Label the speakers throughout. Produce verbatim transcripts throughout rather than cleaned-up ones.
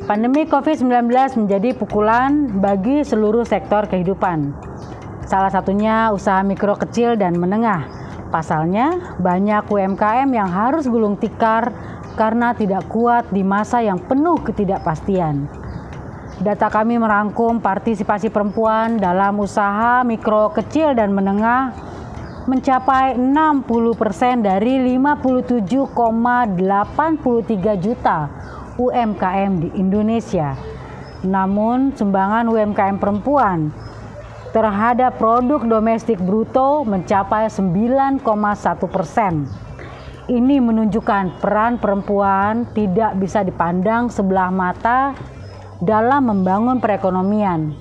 Speaker 1: Pandemi covid sembilan belas menjadi pukulan bagi seluruh sektor kehidupan. Salah satunya usaha mikro kecil dan menengah. Pasalnya, banyak U M K M yang harus gulung tikar karena tidak kuat di masa yang penuh ketidakpastian. Data kami merangkum partisipasi perempuan dalam usaha mikro kecil dan menengah mencapai enam puluh persen dari lima puluh tujuh koma delapan tiga juta U M K M di Indonesia. Namun, sumbangan U M K M perempuan terhadap produk domestik bruto mencapai sembilan koma satu persen. Ini menunjukkan peran perempuan tidak bisa dipandang sebelah mata dalam membangun perekonomian.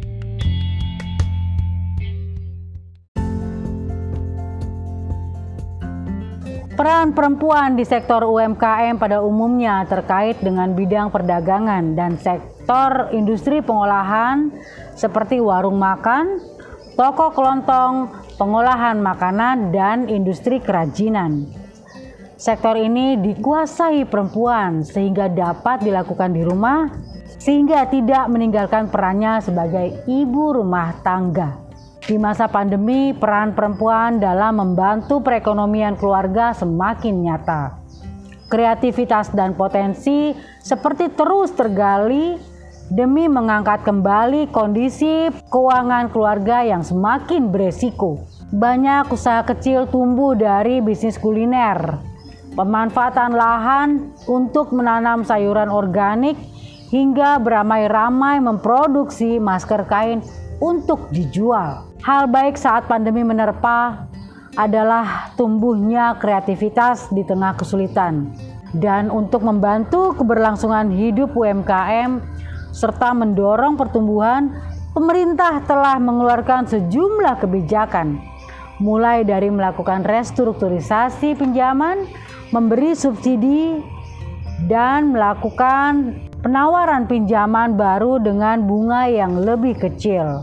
Speaker 1: Peran perempuan di sektor U M K M pada umumnya terkait dengan bidang perdagangan dan sektor industri pengolahan seperti warung makan, toko kelontong, pengolahan makanan, dan industri kerajinan. Sektor ini dikuasai perempuan sehingga dapat dilakukan di rumah, sehingga tidak meninggalkan perannya sebagai ibu rumah tangga. Di masa pandemi, peran perempuan dalam membantu perekonomian keluarga semakin nyata. Kreativitas dan potensi seperti terus tergali demi mengangkat kembali kondisi keuangan keluarga yang semakin beresiko. Banyak usaha kecil tumbuh dari bisnis kuliner, pemanfaatan lahan untuk menanam sayuran organik, hingga beramai-ramai memproduksi masker kain untuk dijual. Hal baik saat pandemi menerpa adalah tumbuhnya kreativitas di tengah kesulitan. Dan untuk membantu keberlangsungan hidup U M K M serta mendorong pertumbuhan, pemerintah telah mengeluarkan sejumlah kebijakan, mulai dari melakukan restrukturisasi pinjaman, memberi subsidi, dan melakukan penawaran pinjaman baru dengan bunga yang lebih kecil.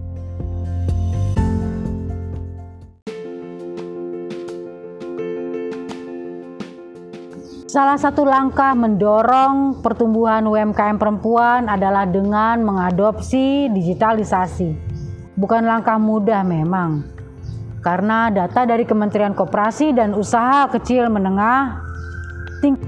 Speaker 1: Salah satu langkah mendorong pertumbuhan U M K M perempuan adalah dengan mengadopsi digitalisasi. Bukan langkah mudah memang, karena data dari Kementerian Koperasi dan Usaha Kecil Menengah tingkat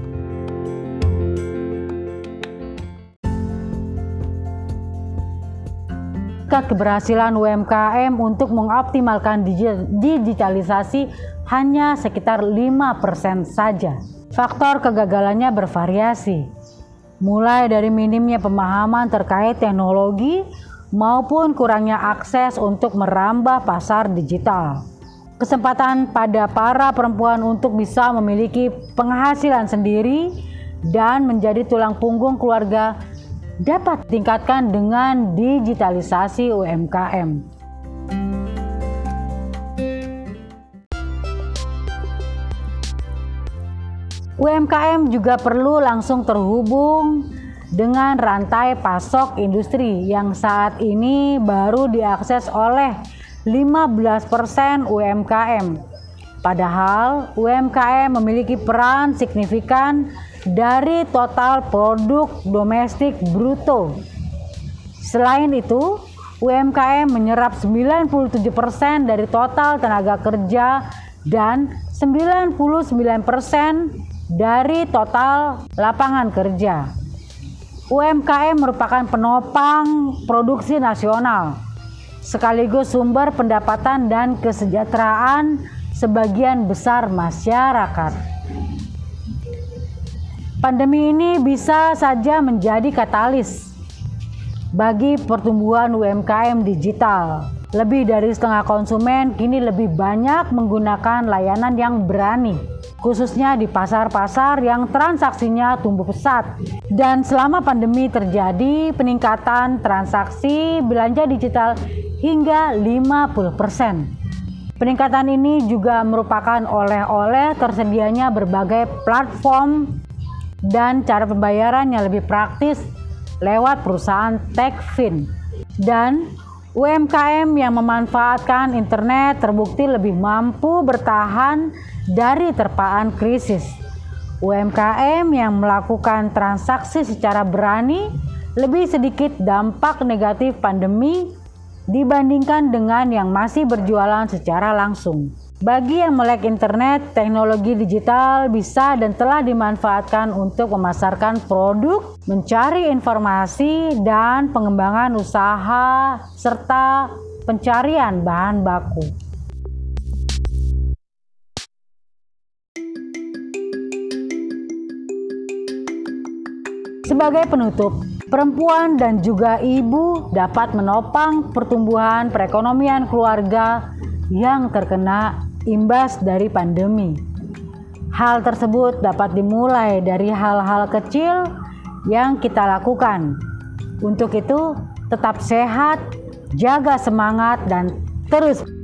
Speaker 1: keberhasilan U M K M untuk mengoptimalkan digitalisasi hanya sekitar lima persen saja. Faktor kegagalannya bervariasi, mulai dari minimnya pemahaman terkait teknologi maupun kurangnya akses untuk merambah pasar digital. Kesempatan pada para perempuan untuk bisa memiliki penghasilan sendiri dan menjadi tulang punggung keluarga dapat ditingkatkan dengan digitalisasi U M K M. U M K M juga perlu langsung terhubung dengan rantai pasok industri yang saat ini baru diakses oleh lima belas persen U M K M. Padahal U M K M memiliki peran signifikan dari total produk domestik bruto. Selain itu, U M K M menyerap sembilan puluh tujuh persen dari total tenaga kerja dan sembilan puluh sembilan persen dari total lapangan kerja. U M K M merupakan penopang produksi nasional, sekaligus sumber pendapatan dan kesejahteraan sebagian besar masyarakat. Pandemi ini bisa saja menjadi katalis bagi pertumbuhan U M K M digital. Lebih dari setengah konsumen kini lebih banyak menggunakan layanan yang berani, khususnya di pasar-pasar yang transaksinya tumbuh pesat. Dan selama pandemi terjadi peningkatan transaksi belanja digital hingga lima puluh persen. Peningkatan ini juga merupakan oleh-oleh tersedianya berbagai platform dan cara pembayaran yang lebih praktis lewat perusahaan Techfin. Dan U M K M yang memanfaatkan internet terbukti lebih mampu bertahan dari terpaan krisis. U M K M yang melakukan transaksi secara berani lebih sedikit dampak negatif pandemi dibandingkan dengan yang masih berjualan secara langsung. Bagi yang melek internet, teknologi digital bisa dan telah dimanfaatkan untuk memasarkan produk, mencari informasi, dan pengembangan usaha, serta pencarian bahan baku. Sebagai penutup, perempuan dan juga ibu dapat menopang pertumbuhan perekonomian keluarga yang terkena imbas dari pandemi. Hal tersebut dapat dimulai dari hal-hal kecil yang kita lakukan. Untuk itu, tetap sehat, jaga semangat, dan terus